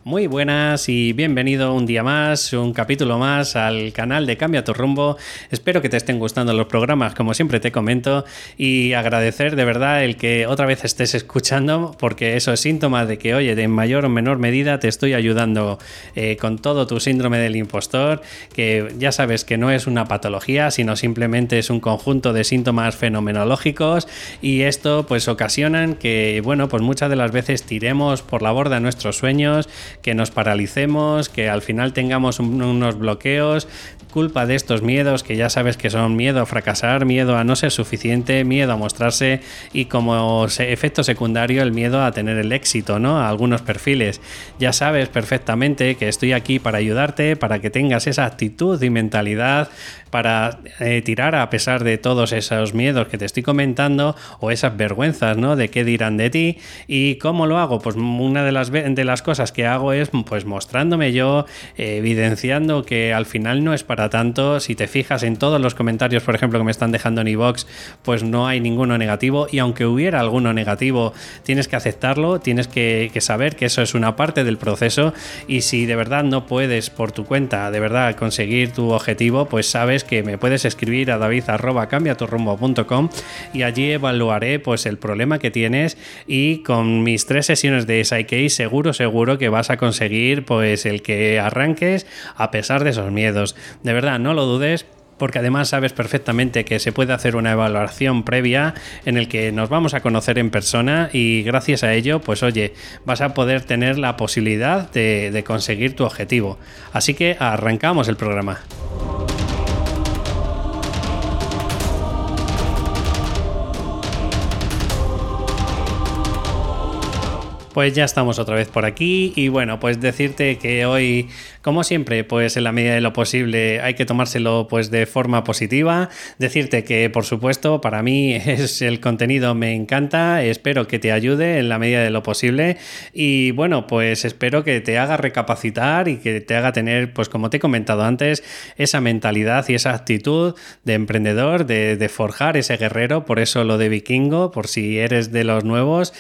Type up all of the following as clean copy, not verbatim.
Muy buenas y bienvenido un día más, un capítulo más al canal de Cambia tu Rumbo. Espero que te estén gustando los programas, como siempre te comento, y agradecer de verdad el que otra vez estés escuchando, porque eso es síntoma de que, oye, de mayor o menor medida te estoy ayudando con todo tu síndrome del impostor, que ya sabes que no es una patología, sino simplemente es un conjunto de síntomas fenomenológicos, y esto pues ocasionan que, bueno, pues muchas de las veces tiremos por la borda nuestros sueños, que nos paralicemos, que al final tengamos unos bloqueos, culpa de estos miedos que ya sabes que son miedo a fracasar, miedo a no ser suficiente, miedo a mostrarse y como efecto secundario el miedo a tener el éxito, ¿no? A algunos perfiles. Ya sabes perfectamente que estoy aquí para ayudarte, para que tengas esa actitud y mentalidad para tirar a pesar de todos esos miedos que te estoy comentando o esas vergüenzas, ¿no? De qué dirán de ti. ¿Y cómo lo hago? Pues una de las cosas que hago es pues mostrándome yo, evidenciando que al final no es para tanto. Si te fijas en todos los comentarios, por ejemplo, que me están dejando en iVoox, pues no hay ninguno negativo, y aunque hubiera alguno negativo, tienes que aceptarlo, tienes que saber que eso es una parte del proceso, y si de verdad no puedes por tu cuenta de verdad conseguir tu objetivo, pues sabes que me puedes escribir a david@cambiaturrumbo.com y allí evaluaré pues el problema que tienes, y con mis 3 sesiones de Psyche seguro que vas a conseguir pues el que arranques a pesar de esos miedos. De verdad, no lo dudes, porque además sabes perfectamente que se puede hacer una evaluación previa en el que nos vamos a conocer en persona, y gracias a ello, pues oye, vas a poder tener la posibilidad de conseguir tu objetivo. Así que arrancamos el programa. Pues ya estamos otra vez por aquí, y bueno, pues decirte que hoy, como siempre, pues en la medida de lo posible hay que tomárselo pues de forma positiva. Decirte que, por supuesto, para mí el contenido me encanta, espero que te ayude en la medida de lo posible, y bueno, pues espero que te haga recapacitar y que te haga tener, pues como te he comentado antes, esa mentalidad y esa actitud de emprendedor, de forjar ese guerrero. Por eso lo de vikingo, por si eres de los nuevos,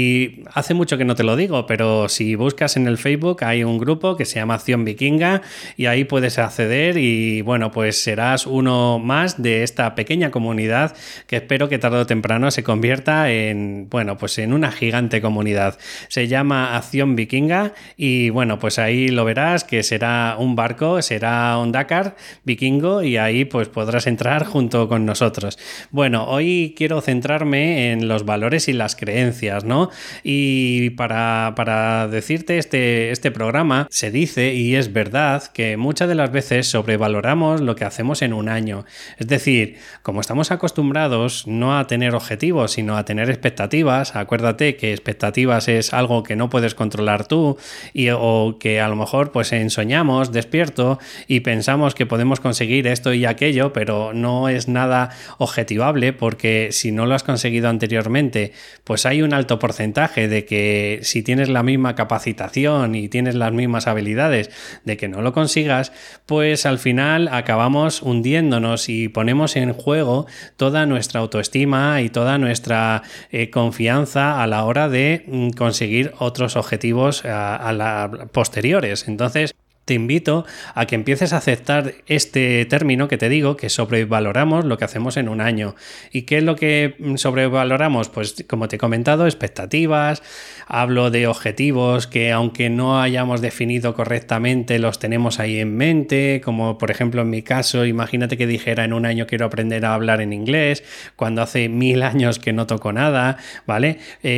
y hace mucho que no te lo digo, pero si buscas en el Facebook hay un grupo que se llama Acción Vikinga, y ahí puedes acceder, y bueno, pues serás uno más de esta pequeña comunidad que espero que tarde o temprano se convierta en, bueno, pues en una gigante comunidad. Se llama Acción Vikinga, y bueno, pues ahí lo verás, que será un barco, será un Dakar vikingo, y ahí pues podrás entrar junto con nosotros. Bueno, hoy quiero centrarme en los valores y las creencias, ¿no? Y para decirte este programa, se dice, y es verdad, que muchas de las veces sobrevaloramos lo que hacemos en un año. Es decir, como estamos acostumbrados no a tener objetivos, sino a tener expectativas. Acuérdate que expectativas es algo que no puedes controlar tú, o que a lo mejor pues ensoñamos despierto y pensamos que podemos conseguir esto y aquello, pero no es nada objetivable, porque si no lo has conseguido anteriormente, pues hay un alto porcentaje de que si tienes la misma capacitación y tienes las mismas habilidades, de que no lo consigas, pues al final acabamos hundiéndonos y ponemos en juego toda nuestra autoestima y toda nuestra confianza a la hora de conseguir otros objetivos posteriores. Entonces, te invito a que empieces a aceptar este término que te digo, que sobrevaloramos lo que hacemos en un año. ¿Y qué es lo que sobrevaloramos? Pues como te he comentado, expectativas, hablo de objetivos que aunque no hayamos definido correctamente, los tenemos ahí en mente, como por ejemplo en mi caso, imagínate que dijera en un año quiero aprender a hablar en inglés, cuando hace 1000 años que no toco nada, ¿vale?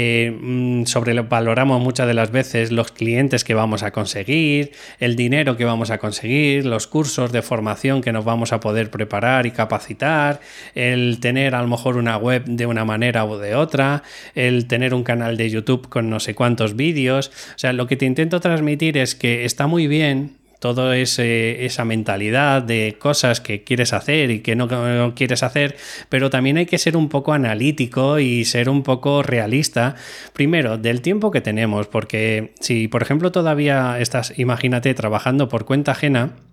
Sobrevaloramos muchas de las veces los clientes que vamos a conseguir, el dinero que vamos a conseguir, los cursos de formación que nos vamos a poder preparar y capacitar, el tener a lo mejor una web de una manera u de otra, el tener un canal de YouTube con no sé cuántos vídeos. O sea, lo que te intento transmitir es que está muy bien todo esa mentalidad de cosas que quieres hacer y que no quieres hacer, pero también hay que ser un poco analítico y ser un poco realista, primero, del tiempo que tenemos, porque si, por ejemplo, todavía estás, imagínate, trabajando por cuenta ajena,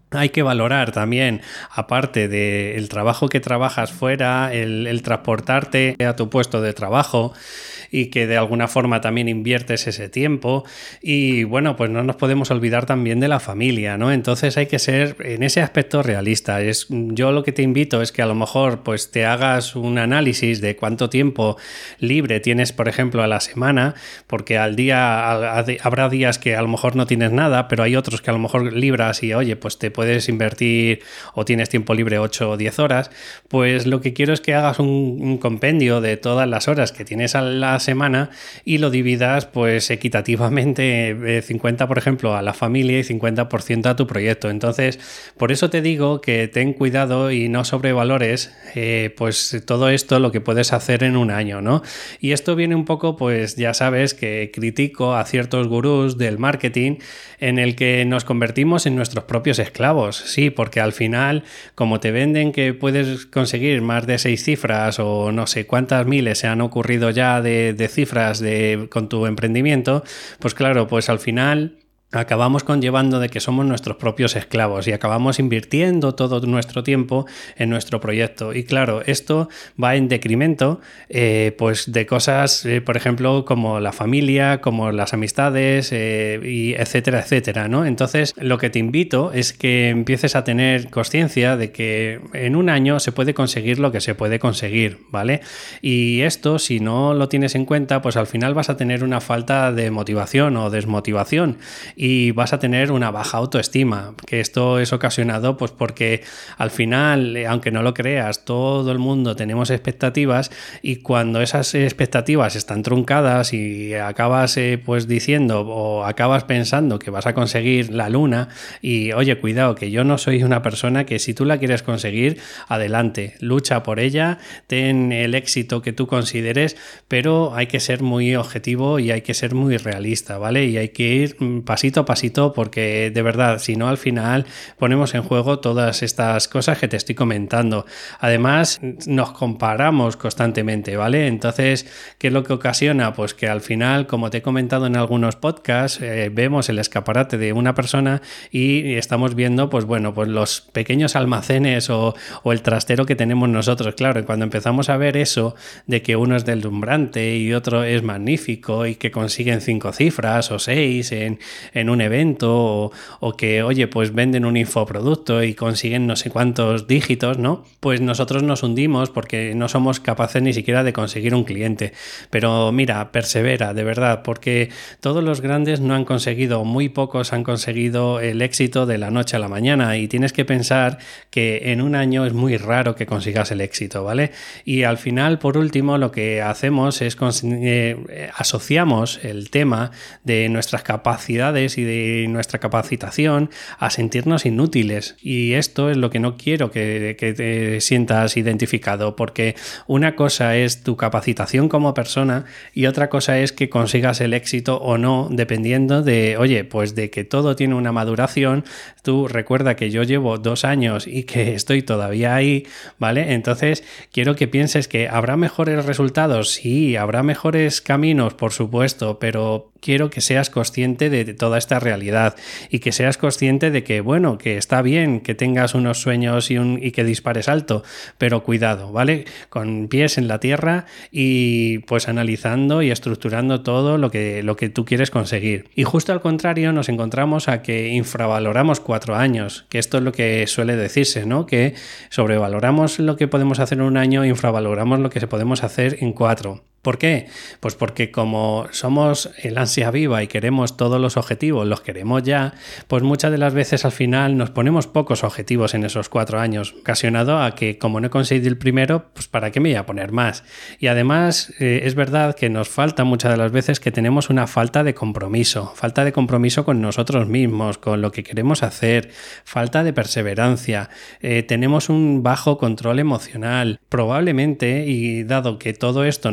Hay que valorar también, aparte del trabajo que trabajas fuera, el transportarte a tu puesto de trabajo y que de alguna forma también inviertes ese tiempo. Y bueno, pues no nos podemos olvidar también de la familia, ¿no? Entonces hay que ser en ese aspecto realista. Yo lo que te invito es que a lo mejor pues te hagas un análisis de cuánto tiempo libre tienes, por ejemplo, a la semana, porque al día habrá días que a lo mejor no tienes nada, pero hay otros que a lo mejor libras y oye, pues te puedes invertir o tienes tiempo libre 8 o 10 horas, pues lo que quiero es que hagas un compendio de todas las horas que tienes a la semana y lo dividas pues equitativamente, 50 por ejemplo a la familia y 50% a tu proyecto. Entonces, por eso te digo que ten cuidado y no sobrevalores pues todo esto lo que puedes hacer en un año, ¿no? Y esto viene un poco, pues ya sabes que critico a ciertos gurús del marketing en el que nos convertimos en nuestros propios esclavos. Sí, porque al final, como te venden que puedes conseguir más de 6 cifras o no sé cuántas miles se han ocurrido ya de cifras con tu emprendimiento, pues claro, pues al final acabamos conllevando de que somos nuestros propios esclavos y acabamos invirtiendo todo nuestro tiempo en nuestro proyecto. Y claro, esto va en decremento pues de cosas, por ejemplo, como la familia, como las amistades, y etcétera, etcétera, ¿no? Entonces, lo que te invito es que empieces a tener conciencia de que en un año se puede conseguir lo que se puede conseguir, ¿vale? Y esto, si no lo tienes en cuenta, pues al final vas a tener una falta de motivación o desmotivación y vas a tener una baja autoestima, que esto es ocasionado pues porque al final, aunque no lo creas, todo el mundo tenemos expectativas y cuando esas expectativas están truncadas y acabas pues diciendo o acabas pensando que vas a conseguir la luna y oye, cuidado, que yo no soy una persona que si tú la quieres conseguir, adelante, lucha por ella, ten el éxito que tú consideres, pero hay que ser muy objetivo y hay que ser muy realista, ¿vale? Y hay que ir pasito a pasito porque de verdad, si no al final ponemos en juego todas estas cosas que te estoy comentando. Además, nos comparamos constantemente, ¿vale? Entonces, ¿qué es lo que ocasiona? Pues que al final, como te he comentado en algunos podcasts, vemos el escaparate de una persona y estamos viendo, pues bueno, pues los pequeños almacenes o el trastero que tenemos nosotros. Claro, y cuando empezamos a ver eso de que uno es deslumbrante y otro es magnífico y que consiguen 5 cifras o 6 en un evento o que, oye, pues venden un infoproducto y consiguen no sé cuántos dígitos, ¿no? Pues nosotros nos hundimos porque no somos capaces ni siquiera de conseguir un cliente. Pero mira, persevera, de verdad, porque todos los grandes no han conseguido, muy pocos han conseguido el éxito de la noche a la mañana y tienes que pensar que en un año es muy raro que consigas el éxito, ¿vale? Y al final, por último, lo que hacemos es asociamos el tema de nuestras capacidades y de nuestra capacitación a sentirnos inútiles y esto es lo que no quiero que te sientas identificado porque una cosa es tu capacitación como persona y otra cosa es que consigas el éxito o no dependiendo de, oye, pues de que todo tiene una maduración. Tú recuerda que yo llevo 2 años y que estoy todavía ahí, ¿vale? Entonces quiero que pienses que habrá mejores resultados, sí, habrá mejores caminos, por supuesto, pero quiero que seas consciente de toda esta realidad y que seas consciente de que, bueno, que está bien que tengas unos sueños y que dispares alto, pero cuidado, ¿vale? Con pies en la tierra y pues analizando y estructurando todo lo que tú quieres conseguir. Y justo al contrario nos encontramos a que infravaloramos 4 años, que esto es lo que suele decirse, ¿no? Que sobrevaloramos lo que podemos hacer en un año, infravaloramos lo que podemos hacer en 4. ¿Por qué? Pues porque como somos el ansia viva y queremos todos los objetivos, los queremos ya, pues muchas de las veces al final nos ponemos pocos objetivos en esos 4 años, ocasionado a que como no he conseguido el primero, pues ¿para qué me voy a poner más? Y además es verdad que nos falta muchas de las veces que tenemos una falta de compromiso con nosotros mismos, con lo que queremos hacer, falta de perseverancia, tenemos un bajo control emocional, probablemente, y dado que todo esto nos ocurre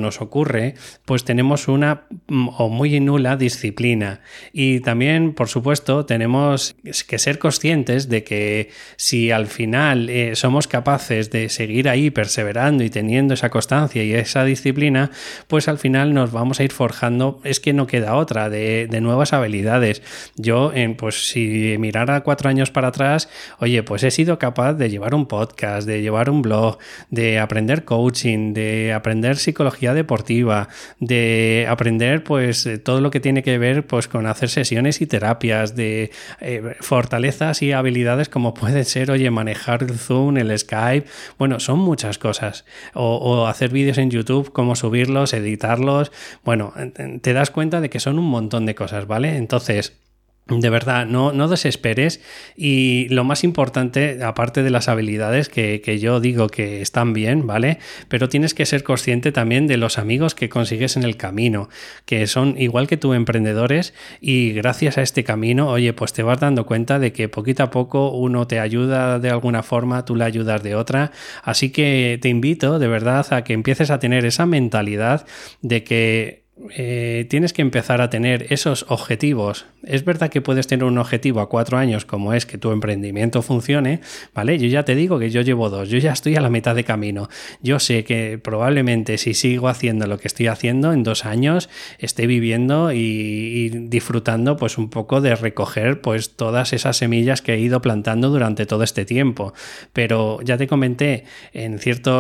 ocurre, pues tenemos una o muy nula disciplina. Y también, por supuesto, tenemos que ser conscientes de que si al final somos capaces de seguir ahí perseverando y teniendo esa constancia y esa disciplina, pues al final nos vamos a ir forjando, es que no queda otra, de nuevas habilidades. Yo, pues si mirara 4 años para atrás, oye, pues he sido capaz de llevar un podcast, de llevar un blog, de aprender coaching, de aprender psicología deportiva, de aprender pues todo lo que tiene que ver pues con hacer sesiones y terapias, de fortalezas y habilidades como puede ser, oye, manejar el Zoom, el Skype, bueno, son muchas cosas, o hacer vídeos en YouTube, cómo subirlos, editarlos, bueno, te das cuenta de que son un montón de cosas, ¿vale? Entonces, de verdad, no desesperes, y lo más importante, aparte de las habilidades que yo digo que están bien, ¿vale? Pero tienes que ser consciente también de los amigos que consigues en el camino, que son igual que tú emprendedores, y gracias a este camino, oye, pues te vas dando cuenta de que poquito a poco uno te ayuda de alguna forma, tú le ayudas de otra, así que te invito de verdad a que empieces a tener esa mentalidad de que tienes que empezar a tener esos objetivos. Es verdad que puedes tener un objetivo a 4 años, como es que tu emprendimiento funcione, ¿vale? Yo ya te digo que yo llevo 2, yo ya estoy a la mitad de camino. Yo sé que probablemente si sigo haciendo lo que estoy haciendo, en 2 años esté viviendo y disfrutando pues un poco de recoger pues todas esas semillas que he ido plantando durante todo este tiempo. Pero ya te comenté en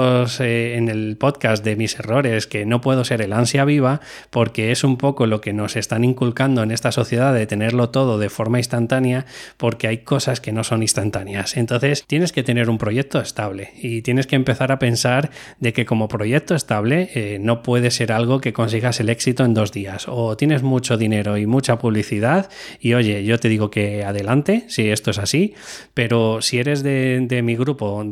el podcast de mis errores que no puedo ser el ansia viva, porque es un poco lo que nos están inculcando en esta sociedad de tenerlo todo de forma instantánea, porque hay cosas que no son instantáneas. Entonces tienes que tener un proyecto estable y tienes que empezar a pensar de que como proyecto estable no puede ser algo que consigas el éxito en 2 días, o tienes mucho dinero y mucha publicidad y oye, yo te digo que adelante, si esto es así, pero si eres de mi grupo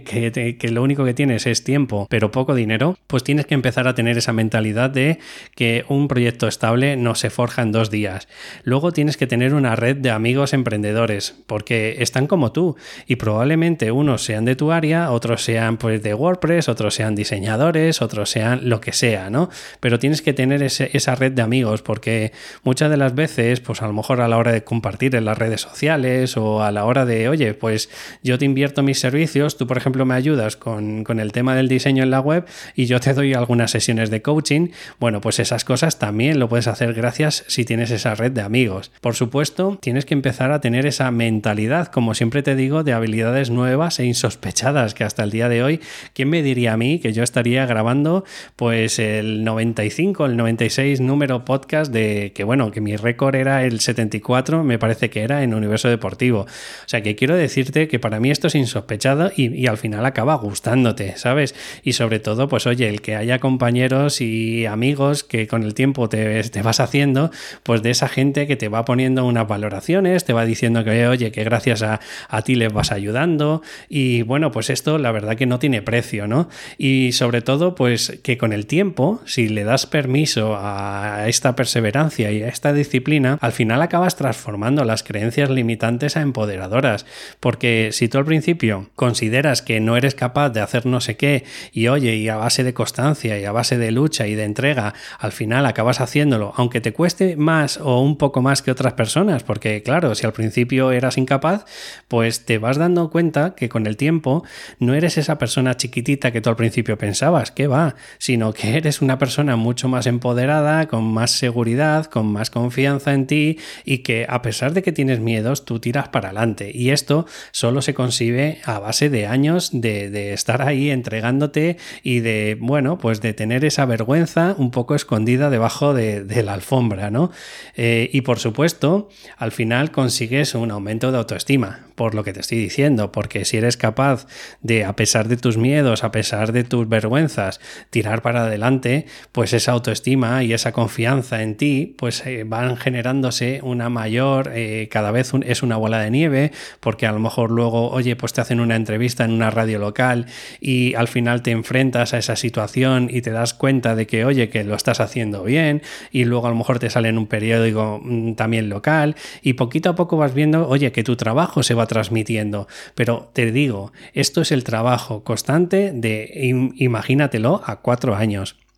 que lo único que tienes es tiempo pero poco dinero, pues tienes que empezar a tener esa mentalidad de que un proyecto estable no se forja en 2 días. Luego tienes que tener una red de amigos emprendedores, porque están como tú y probablemente unos sean de tu área, otros sean pues de WordPress, otros sean diseñadores, otros sean lo que sea, ¿no? Pero tienes que tener esa red de amigos, porque muchas de las veces, pues a lo mejor a la hora de compartir en las redes sociales o a la hora de, oye, pues yo te invierto mis servicios, tú por ejemplo me ayudas con el tema del diseño en la web y yo te doy algunas sesiones de coaching, bueno, pues esas cosas también lo puedes hacer gracias si tienes esa red de amigos. Por supuesto, tienes que empezar a tener esa mentalidad, como siempre te digo, de habilidades nuevas e insospechadas, que hasta el día de hoy, ¿quién me diría a mí que yo estaría grabando pues el 95, el 96 número podcast de que mi récord era el 74, me parece que era en Universo Deportivo. O sea que quiero decirte que para mí esto es insospechado y al final acaba gustándote, ¿sabes? Y sobre todo, pues oye, el que haya compañeros y amigos que con el tiempo te vas haciendo, pues de esa gente que te va poniendo unas valoraciones, te va diciendo que oye, que gracias a ti les vas ayudando, y bueno, pues esto la verdad que no tiene precio, ¿no? Y sobre todo, pues que con el tiempo, si le das permiso a esta perseverancia y a esta disciplina, al final acabas transformando las creencias limitantes a empoderadoras, porque si tú al principio consideras que no eres capaz de hacer no sé qué, y oye, y a base de constancia y a base de lucha y de entrega, al final acabas haciéndolo, aunque te cueste más o un poco más que otras personas, porque claro, si al principio eras incapaz, pues te vas dando cuenta que con el tiempo no eres esa persona chiquitita que tú al principio pensabas, que va, sino que eres una persona mucho más empoderada, con más seguridad, con más confianza en ti, y que a pesar de que tienes miedos, tú tiras para adelante, y esto solo se consigue a base de años de estar ahí entregándote y de, bueno, pues de tener esa vergüenza un poco escondida debajo de la alfombra, ¿no? Y por supuesto, al final consigues un aumento de autoestima, por lo que te estoy diciendo, porque si eres capaz de, a pesar de tus miedos, a pesar de tus vergüenzas, tirar para adelante, pues esa autoestima y esa confianza en ti, pues van generándose una mayor, cada vez es una bola de nieve, porque a lo mejor luego, oye, pues te hacen una entrevista en una radio local y al final te enfrentas a esa situación y te das cuenta de que, oye, que lo estás haciendo bien, y luego a lo mejor te sale en un periódico también local, y poquito a poco vas viendo, oye, que tu trabajo se va transmitiendo. Pero te digo, esto es el trabajo constante de, imagínatelo, a 4 años.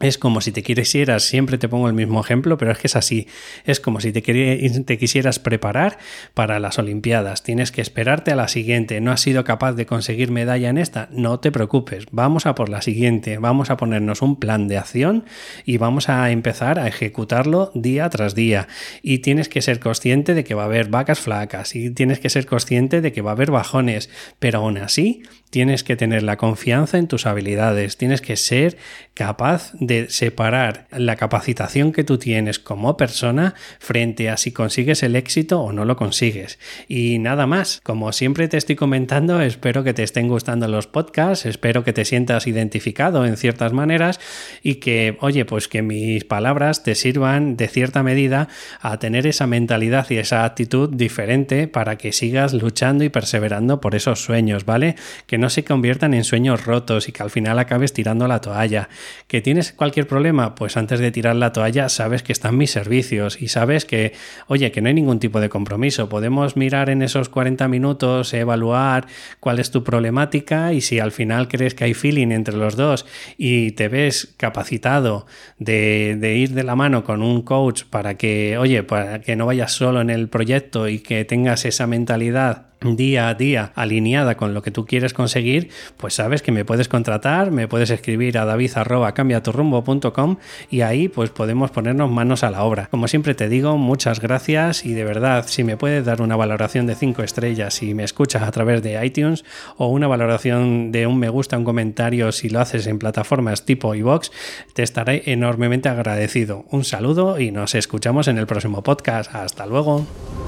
Es como si te quisieras, siempre te pongo el mismo ejemplo, pero es que es así. Es como si te quisieras preparar para las Olimpiadas. Tienes que esperarte a la siguiente. ¿No has sido capaz de conseguir medalla en esta? No te preocupes. Vamos a por la siguiente. Vamos a ponernos un plan de acción y vamos a empezar a ejecutarlo día tras día. Y tienes que ser consciente de que va a haber vacas flacas y tienes que ser consciente de que va a haber bajones. Pero aún así, tienes que tener la confianza en tus habilidades. Tienes que ser capaz de separar la capacitación que tú tienes como persona frente a si consigues el éxito o no lo consigues. Y nada más, como siempre te estoy comentando, espero que te estén gustando los podcasts, espero que te sientas identificado en ciertas maneras y que, oye, pues que mis palabras te sirvan de cierta medida a tener esa mentalidad y esa actitud diferente para que sigas luchando y perseverando por esos sueños, ¿vale? Que no se conviertan en sueños rotos y que al final acabes tirando la toalla. ¿Que tienes cualquier problema? Pues antes de tirar la toalla sabes que están mis servicios y sabes que, oye, que no hay ningún tipo de compromiso. Podemos mirar en esos 40 minutos, evaluar cuál es tu problemática y si al final crees que hay feeling entre los dos y te ves capacitado de ir de la mano con un coach para que, oye, para que no vayas solo en el proyecto y que tengas esa mentalidad día a día alineada con lo que tú quieres conseguir, pues sabes que me puedes contratar, me puedes escribir a david@cambiaturrumbo.com y ahí pues podemos ponernos manos a la obra. Como siempre te digo, muchas gracias y de verdad, si me puedes dar una valoración de 5 estrellas si me escuchas a través de iTunes o una valoración de un me gusta, un comentario si lo haces en plataformas tipo iVoox, te estaré enormemente agradecido. Un saludo y nos escuchamos en el próximo podcast. Hasta luego.